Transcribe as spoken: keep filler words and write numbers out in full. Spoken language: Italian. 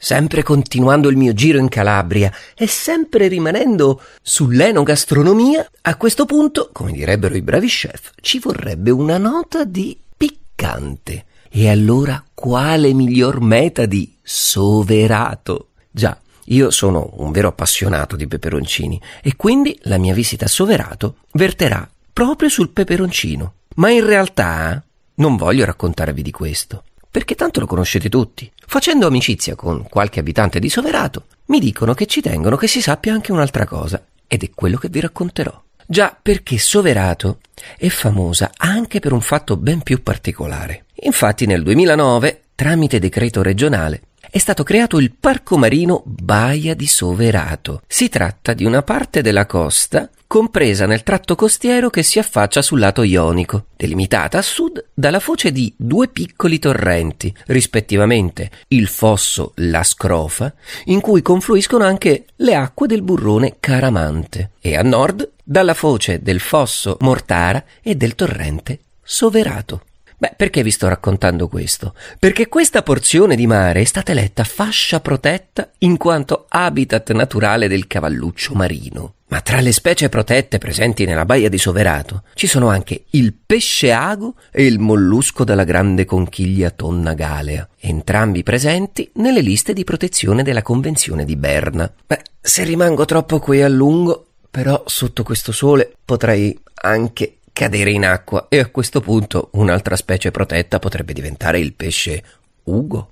sempre continuando il mio giro in Calabria e sempre rimanendo sull'enogastronomia, a questo punto, come direbbero i bravi chef, ci vorrebbe una nota di piccante. E allora quale miglior meta di Soverato? Già, io sono un vero appassionato di peperoncini e quindi la mia visita a Soverato verterà proprio sul peperoncino. Ma in realtà non voglio raccontarvi di questo, perché tanto lo conoscete tutti. Facendo amicizia con qualche abitante di Soverato, mi dicono che ci tengono che si sappia anche un'altra cosa, ed è quello che vi racconterò. Già, perché Soverato è famosa anche per un fatto ben più particolare. Infatti nel duemilanove, tramite decreto regionale, è stato creato il Parco Marino Baia di Soverato. Si tratta di una parte della costa compresa nel tratto costiero che si affaccia sul lato ionico, delimitata a sud dalla foce di due piccoli torrenti, rispettivamente il fosso La Scrofa, in cui confluiscono anche le acque del burrone Caramante, e a nord dalla foce del fosso Mortara e del torrente Soverato. Beh, perché vi sto raccontando questo? Perché questa porzione di mare è stata eletta fascia protetta in quanto habitat naturale del cavalluccio marino. Ma tra le specie protette presenti nella baia di Soverato ci sono anche il pesce ago e il mollusco della grande conchiglia tonna galea, entrambi presenti nelle liste di protezione della Convenzione di Berna. Beh, se rimango troppo qui a lungo, però sotto questo sole potrei anche cadere in acqua e a questo punto un'altra specie protetta potrebbe diventare il pesce Ugo.